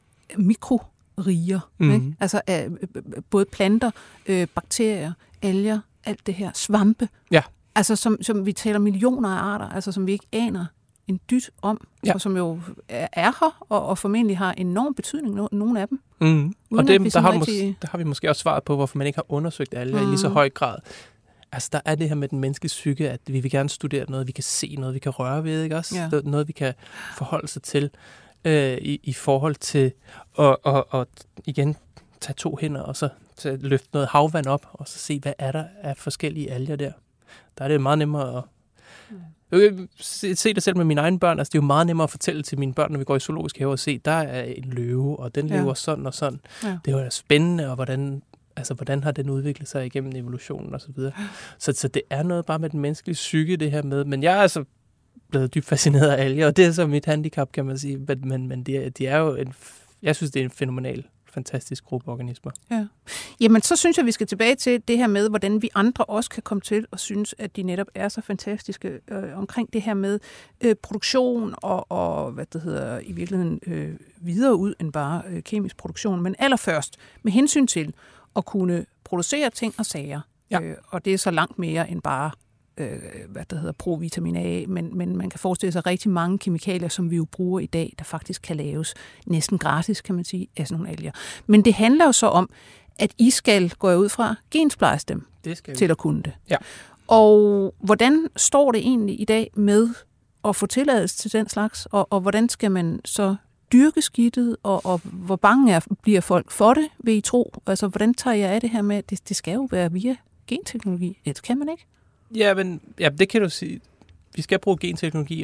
mikroriger. Mm. Ikke? Altså både planter, bakterier, alger, alt det her, svampe. Ja. Altså som, som vi taler millioner af arter, altså som vi ikke aner en dyt om, ja. og som jo er her, og, og formentlig har enorm betydning, no, nogle af dem. Mm. Og det, der, har rigtig... mås- der har vi måske også svaret på, hvorfor man ikke har undersøgt alger mm. i lige så høj grad. Altså, der er det her med den menneskelige psyke, at vi vil gerne studere noget, vi kan se, noget, vi kan røre ved, ikke også? Ja. Noget, vi kan forholde sig til øh, i, i forhold til at og, og igen tage to hænder, og så tage, løfte noget havvand op, og så se, hvad er der af forskellige alger der. Der er det meget nemmere at Jeg kan se det selv med mine egne børn. Altså, det er jo meget nemmere at fortælle til mine børn, når vi går i zoologisk have og se, der er en løve, og den lever ja. sådan og sådan. Ja. Det er jo spændende, og hvordan, altså, hvordan har den udviklet sig igennem evolutionen og så videre. Så, så det er noget bare med den menneskelige psyke, det her med. Men jeg er altså blevet dybt fascineret af alger, og det er så mit handicap, kan man sige. Men, men, men de, er, de er jo en, jeg synes, det er en fænomenal fantastisk gruppe organismer. Ja. Jamen, så synes jeg, vi skal tilbage til det her med, hvordan vi andre også kan komme til og synes, at de netop er så fantastiske øh, omkring det her med øh, produktion og, og, hvad det hedder, i virkeligheden øh, videre ud end bare øh, kemisk produktion. Men allerførst med hensyn til at kunne producere ting og sager. Ja. Øh, og det er så langt mere end bare øh, hvad det hedder, provitamin A, men, men man kan forestille sig rigtig mange kemikalier, som vi jo bruger i dag, der faktisk kan laves næsten gratis, kan man sige, af sådan nogle alger. Men det handler jo så om, at I skal, går jeg ud fra, gensplejse dem til at kunne det. Ja. Og hvordan står det egentlig i dag med at få tilladelse til den slags, og, og hvordan skal man så dyrke skidtet, og, og hvor bange er, bliver folk for det, vil I tro? Altså, hvordan tager jeg af det her med, det, det skal jo være via genteknologi? Det kan man ikke. Ja, men ja, det kan du sige. Vi skal bruge genteknologi, og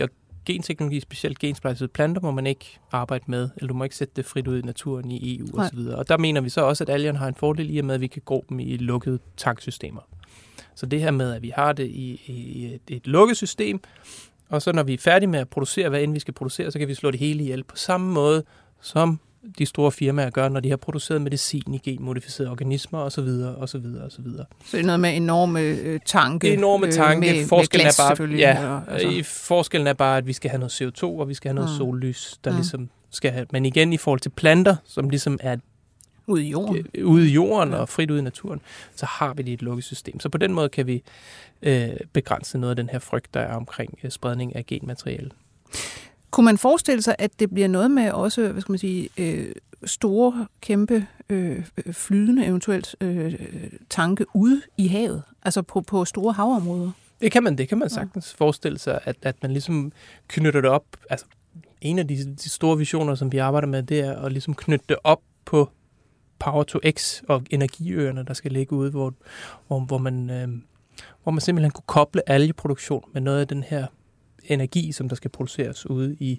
genteknologi, specielt gensplejsede planter, må man ikke arbejde med, eller du må ikke sætte det frit ud i naturen i E U osv. Og, og der mener vi så også, at algerne har en fordel i og med, at vi kan gro dem i lukkede tanksystemer. Så det her med, at vi har det i, i et, et lukket system, og så når vi er færdige med at producere, hvad end vi skal producere, så kan vi slå det hele ihjel på samme måde, som de store firmaer gør, når de har produceret medicin i genmodificerede organismer osv. osv. osv. Så det er noget med enorme øh, tanke. Enorme tanke. Øh, med, forskellen med glas, er bare, selvfølgelig. ja, Altså. forskellen er bare, at vi skal have noget C O to, og vi skal have noget mm. sollys, der mm. ligesom skal have. Men igen, i forhold til planter, som ligesom er ude i jorden, øh, ude i jorden ja. og frit ude i naturen, så har vi det i et lukket system. Så på den måde kan vi øh, begrænse noget af den her frygt, der er omkring øh, spredning af genmateriale. Kunne man forestille sig, at det bliver noget med også, hvad skal man sige, øh, store, kæmpe, øh, flydende eventuelt øh, tanke ude i havet, altså på, på store havområder? Det kan man, det kan man sagtens ja. forestille sig, at, at man ligesom knytter det op. Altså, en af de, de store visioner, som vi arbejder med, det er at ligesom knytte det op på Power to X og energiøerne, der skal ligge ude, hvor, hvor, hvor, man, øh, hvor man simpelthen kunne koble algeproduktion med noget af den her energi, som der skal produceres ude i,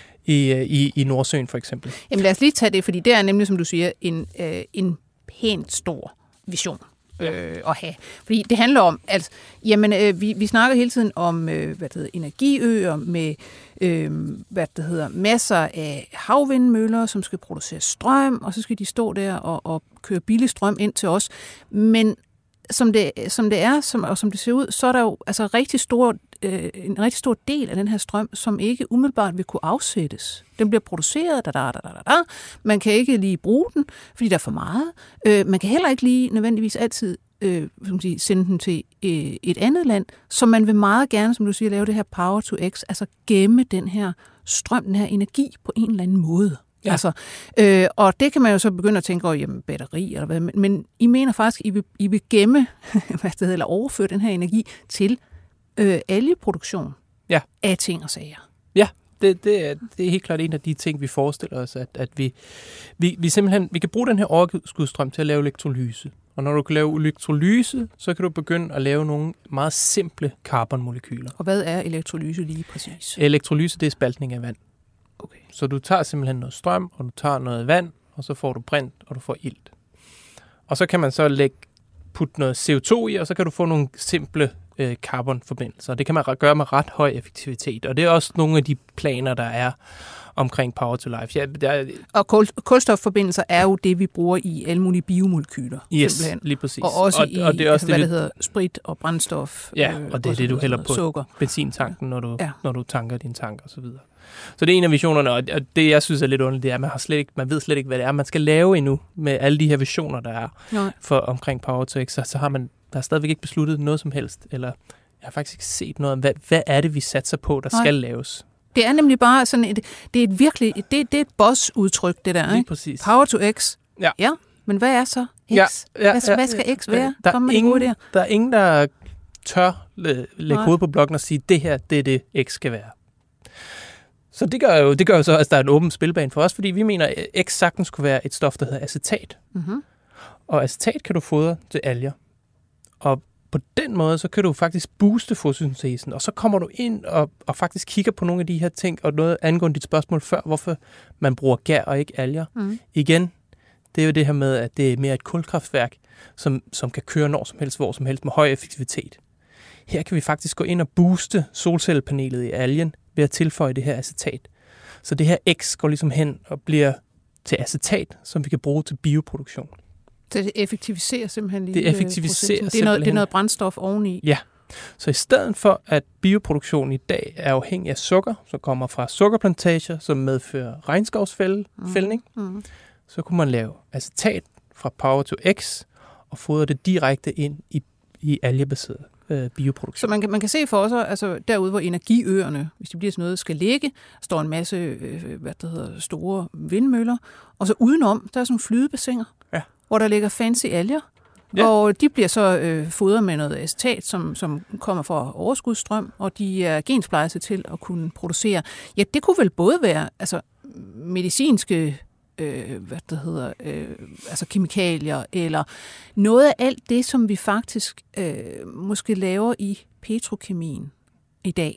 i, i, i Nordsøen for eksempel. Jamen lad os lige tage det, fordi det er nemlig, som du siger, en, øh, en pænt stor vision øh, at have. Fordi det handler om, at jamen, øh, vi, vi snakker hele tiden om øh, hvad det hedder, energiøer med øh, hvad det hedder, masser af havvindmøller, som skal producere strøm, og så skal de stå der og, og køre billig strøm ind til os. Men som det, som det er, som, og som det ser ud, så er der jo altså rigtig stor, øh, en rigtig stor del af den her strøm, som ikke umiddelbart vil kunne afsættes. Den bliver produceret, da, da, da, da, da. Man kan ikke lige bruge den, fordi der er for meget. Øh, man kan heller ikke lige nødvendigvis altid øh, som sige, sende den til øh, et andet land, så man vil meget gerne, som du siger, lave det her power to X, altså gemme den her strøm, den her energi på en eller anden måde. Ja. Altså, øh, og det kan man jo så begynde at tænke over, jamen batteri eller hvad, men, men I mener faktisk, I vil, I vil gemme, hvad det hedder, eller overføre den her energi til øh, algeproduktion ja. af ting og sager. Ja, det, det, er, det er helt klart en af de ting, vi forestiller os, at, at vi, vi, vi simpelthen vi kan bruge den her overskudsstrøm til at lave elektrolyse. Og når du kan lave elektrolyse, så kan du begynde at lave nogle meget simple karbonmolekyler. Og hvad er elektrolyse lige præcis? Elektrolyse, det er spaltning af vand. Okay. Så du tager simpelthen noget strøm, og du tager noget vand, og så får du brint, og du får ilt. Og så kan man så lægge, putte noget C O to i, og så kan du få nogle simple øh, karbonforbindelser. Det kan man gøre med ret høj effektivitet, og det er også nogle af de planer, der er omkring Power to Life. Ja, der... Og kul- kulstofforbindelser er jo det, vi bruger i alle mulige biomolekyler. Yes, simpelthen. Lige præcis. Og også og, i, og det er også hvad det, det hedder, sprit og brændstof. Ja, og det er det, du hælder på sukker. Benzintanken, når du, ja. når du tanker din tank og så videre. Så det er en af visionerne, og det, jeg synes er lidt underligt, det er, at man, har slet ikke, man ved slet ikke, hvad det er, man skal lave endnu med alle de her visioner, der er Nej. for omkring Power to X. Så, så har man der har stadigvæk ikke besluttet noget som helst, eller jeg har faktisk ikke set noget om, hvad, hvad er det, vi satser på, der Nej. skal laves. Det er nemlig bare sådan et, det er et virkelig, det, det er et boss-udtryk, det der, ikke? Lige præcis. Power to X. Ja. Ja, men hvad er så X? Ja, ja, hvad, ja, hvad skal X være? Der Kom med ingen, gode der. der er ingen, der tør lægge hovedet på blokken og sige, det her, det er det, X skal være. Så det gør jo, det gør jo så, at der er en åben spilbane for os, fordi vi mener, at X sagtens kunne være et stof, der hedder acetat. Mm-hmm. Og acetat kan du fodre til alger. Og på den måde, så kan du faktisk booste fotosyntesen, og så kommer du ind og, og faktisk kigger på nogle af de her ting, og noget angående dit spørgsmål før, hvorfor man bruger gær og ikke alger. Mm. Igen, det er jo det her med, at det er mere et kulkraftværk, som, som kan køre når som helst, hvor som helst med høj effektivitet. Her kan vi faktisk gå ind og booste solcellepanelet i algen ved at tilføje det her acetat. Så det her X går ligesom hen og bliver til acetat, som vi kan bruge til bioproduktion. Så det effektiviserer simpelthen lige det effektiviserer det er, noget, det er noget brændstof oveni. Ja. Så i stedet for, at bioproduktionen i dag er afhængig af sukker, som kommer fra sukkerplantager, som medfører regnskovsfældning, mm. mm. så kunne man lave acetat fra Power to X og fodre det direkte ind i, i algebaseret øh, bioproduktion. Så man kan, man kan se for sig, altså derude, hvor energiøerne, hvis det bliver sådan noget, skal ligge, står en masse øh, hvad det hedder, store vindmøller, og så udenom, der er sådan nogle flydebassiner, ja. hvor der ligger fancy alger, ja. og de bliver så øh, fodret med noget acetat, som, som kommer fra overskudsstrøm, og de er gensplejset til at kunne producere. Ja, det kunne vel både være altså, medicinske øh, hvad det hedder, øh, altså kemikalier, eller noget af alt det, som vi faktisk øh, måske laver i petrokemien i dag.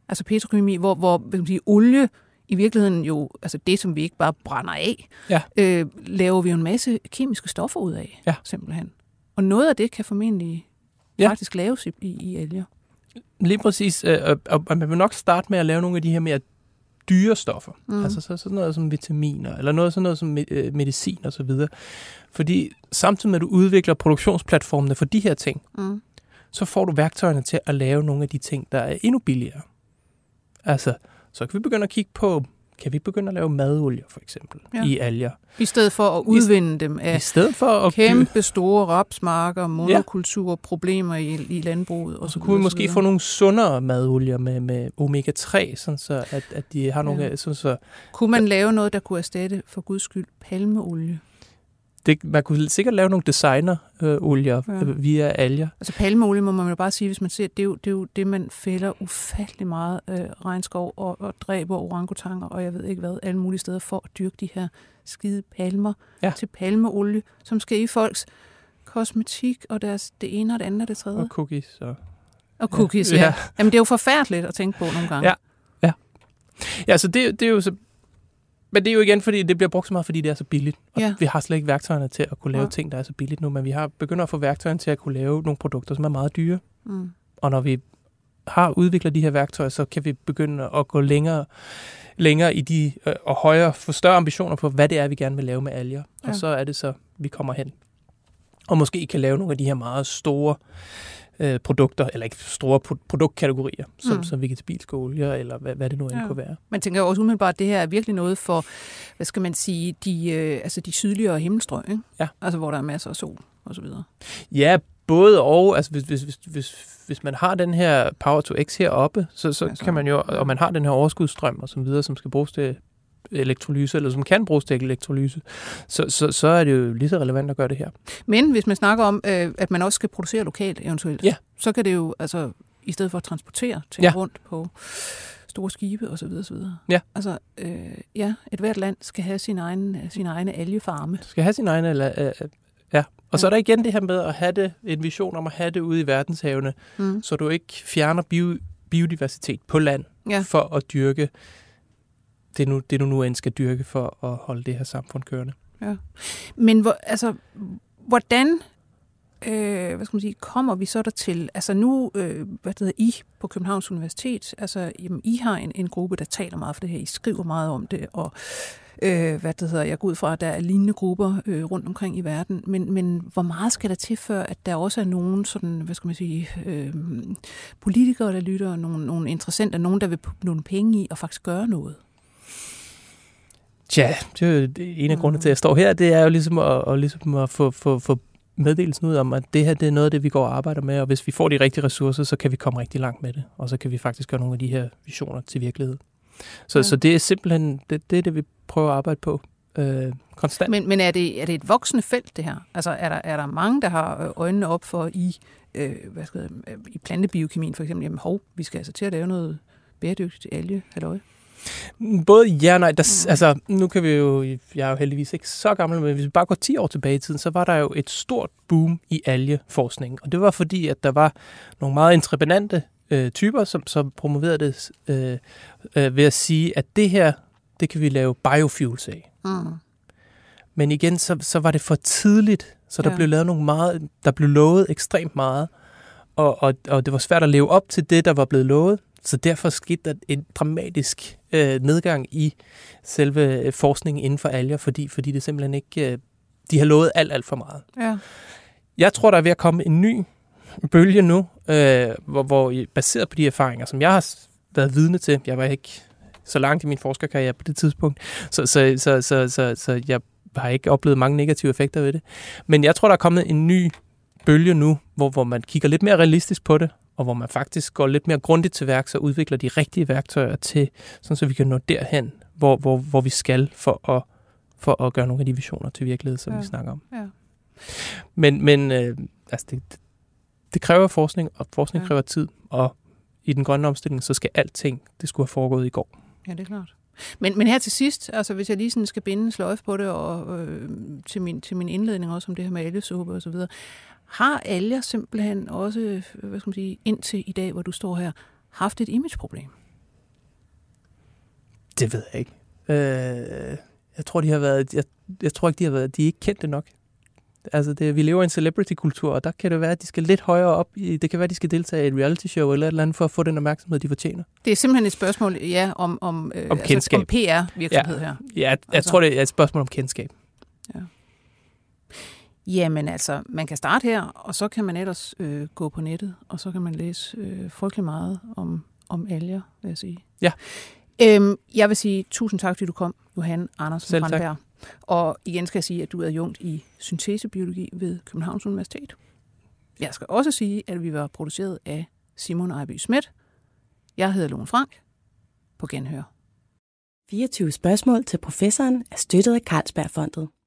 Altså petrokemi, hvor, hvor hvad kan man sige, olie i virkeligheden jo, altså det, som vi ikke bare brænder af, Ja. øh, laver vi jo en masse kemiske stoffer ud af, Ja. simpelthen. Og noget af det kan formentlig Ja. faktisk laves i, i, i alger. Lige præcis. Øh, og, og man vil nok starte med at lave nogle af de her mere dyre stoffer. Mm. Altså så, sådan noget som vitaminer, eller noget sådan noget som me- medicin og så videre. Fordi samtidig med, at du udvikler produktionsplatformene for de her ting, Mm. så får du værktøjerne til at lave nogle af de ting, der er endnu billigere. Altså, så kan vi begynde at kigge på, kan vi begynde at lave madolie for eksempel, Ja. i alger. I stedet for at udvinde dem I af stedet for at kæmpe store rapsmarker, monokultur, problemer i, i landbruget og Og så så videre, kunne vi så måske videre. få nogle sundere madolier med, med omega tre, sådan så at, at de har nogle... Ja. Ja. Sådan så Kunne man lave noget, der kunne erstatte, for guds skyld, palmeolie? det, man kunne sikkert lave nogle designer-olier Ja. ja. via alger. Altså palmeolie må man jo bare sige, hvis man ser, det er jo det, er jo det man fælder ufattelig meget øh, regnskov og, og dræber orangutanger, og jeg ved ikke hvad, alle mulige steder for at dyrke de her skide palmer Ja. til palmeolie, som skal i folks kosmetik og deres det ene og det andet og det tredje. Og cookies. Og... Og cookies, ja. Ja. ja. Jamen det er jo forfærdeligt at tænke på nogle gange. Ja. Ja, så det, det er jo så... Men det er jo igen, fordi det bliver brugt så meget, fordi det er så billigt. Og Ja. vi har slet ikke værktøjerne til at kunne lave Ja. ja. ting, der er så billigt nu, men vi har begynder at få værktøjerne til at kunne lave nogle produkter, som er meget dyre. Mm. Og når vi har udviklet de her værktøjer, så kan vi begynde at gå længere, længere i de, øh, og højere, få større ambitioner på, hvad det er, vi gerne vil lave med alger. Ja. Og så er det så, vi kommer hen. Og måske kan lave nogle af de her meget store øh, produkter, eller ikke store pro- produktkategorier, som, Mm. som vegetabilske olier, eller hvad, hvad det nu end Ja. kunne være. Man tænker jo også umiddelbart, at det her er virkelig noget for, hvad skal man sige, de, øh, altså de sydligere himmelstrøg, ikke? Ja. Altså hvor der er masser af sol og så videre. Ja, både og. Altså, hvis, hvis, hvis, hvis, hvis man har den her Power to X heroppe, så, så Altså, kan man jo, og man har den her overskudsstrøm og så videre, som skal bruges til elektrolyse, eller som kan bruges til elektrolyse, så, så, så er det jo lige så relevant at gøre det her. Men hvis man snakker om, øh, at man også skal producere lokalt eventuelt, Ja. så kan det jo, altså i stedet for at transportere ting Ja. rundt på store skibe og så videre, så videre. Ja. Altså, øh, ja, et hvert land skal have sin egen, sine egne algefarme. Skal have sin egen, eller, øh, øh, ja. Og så er der igen det her med at have det, en vision om at have det ude i verdenshavene, Mm. så du ikke fjerner bio, biodiversitet på land Ja. for at dyrke det, nu, det, du nu end skal dyrke for at holde det her samfund kørende. Ja. Men hvor, altså, hvordan øh, hvad skal man sige, kommer vi så dertil? Altså nu, øh, hvad det hedder I på Københavns Universitet, altså jamen, I har en, en gruppe, der taler meget for det her. I skriver meget om det, og øh, hvad det hedder, jeg går ud fra, at der er lignende grupper øh, rundt omkring i verden. Men, men hvor meget skal der til, før at der også er nogen sådan, hvad skal man sige, øh, politikere, der lytter, nogle, nogle interessenter, nogen, der vil putte nogle penge i og faktisk gøre noget? Tja, det er jo det ene af grundene til, at jeg står her. Det er jo ligesom at, at, ligesom at få, få, få meddelelsen ud om, at det her det er noget af det, vi går og arbejder med, og hvis vi får de rigtige ressourcer, så kan vi komme rigtig langt med det, og så kan vi faktisk gøre nogle af de her visioner til virkelighed. Så, Ja. ja. så det er simpelthen det, det, er det vi prøver at arbejde på øh, konstant. Men, men er, det, er det et voksende felt, det her? Altså er der, er der mange, der har øjnene op for i, øh, hvad skal jeg, øh, i plantebiokemien for eksempel, jamen hov, vi skal altså til at lave noget bæredygtigt alge, halløj? Både ja og nej. Der, mm. Altså, nu kan vi jo, jeg er jo heldigvis ikke så gammel, men hvis vi bare går ti år tilbage i tiden, så var der jo et stort boom i algeforskning. Og det var fordi, at der var nogle meget entreprenante øh, typer, som, som promoverede det øh, øh, ved at sige, at det her, det kan vi lave biofuels af. Mm. Men igen, så, så var det for tidligt, så der Ja. blev lavet nogle meget, der blev lovet ekstremt meget, og, og, og det var svært at leve op til det, der var blevet lovet. Så derfor skete der en dramatisk øh, nedgang i selve forskningen inden for alger, fordi, fordi det simpelthen ikke, øh, de har lovet alt, alt for meget. Ja. Jeg tror, der er ved at komme en ny bølge nu, øh, hvor, hvor baseret på de erfaringer, som jeg har været vidne til, jeg var ikke så langt i min forskerkarriere på det tidspunkt, så, så, så, så, så, så jeg har ikke oplevet mange negative effekter ved det. Men jeg tror, der er kommet en ny bølge nu, hvor, hvor man kigger lidt mere realistisk på det, og hvor man faktisk går lidt mere grundigt til værks og udvikler de rigtige værktøjer til, sådan så vi kan nå derhen, hvor, hvor, hvor vi skal for at, for at gøre nogle af de visioner til virkelighed, som Ja. vi snakker om. Ja. Men, men øh, altså det, det kræver forskning, og forskning Ja. kræver tid, og i den grønne omstilling, så skal alting, det skulle have foregået i går. Ja, det er klart. Men, men her til sidst, altså hvis jeg lige sådan skal binde en sløjfe på det, og øh, til, min, til min indledning også om det her med algesuppe og så videre, har alger simpelthen også, hvad skal man sige, indtil i dag, hvor du står her, haft et imageproblem? Det ved jeg ikke. Øh, jeg tror, de har været... Jeg, jeg tror ikke, de har været... De er ikke kendte nok. Altså, det, vi lever i en celebrity-kultur, og der kan det være, at de skal lidt højere op. I, det kan være, at de skal deltage i et reality-show eller et eller andet, for at få den opmærksomhed, de fortjener. Det er simpelthen et spørgsmål, ja, om, om, øh, om, altså, om P R-virksomhed ja. her. Ja, jeg, jeg altså. tror, det er et spørgsmål om kendskab. Ja. Jamen altså, man kan starte her, og så kan man ellers øh, gå på nettet, og så kan man læse øh, frygtelig meget om, om alger, vil jeg sige. Ja. Øhm, jeg vil sige tusind tak, fordi du kom, Johan Andersen Selv tak. Brandberg. Og igen skal jeg sige, at du er adjunkt i syntesebiologi ved Københavns Universitet. Jeg skal også sige, at vi var produceret af Simon Ejby Schmidt. Jeg hedder Lone Frank. På genhør. fireogtyve spørgsmål til professoren er støttet af Carlsbergfondet.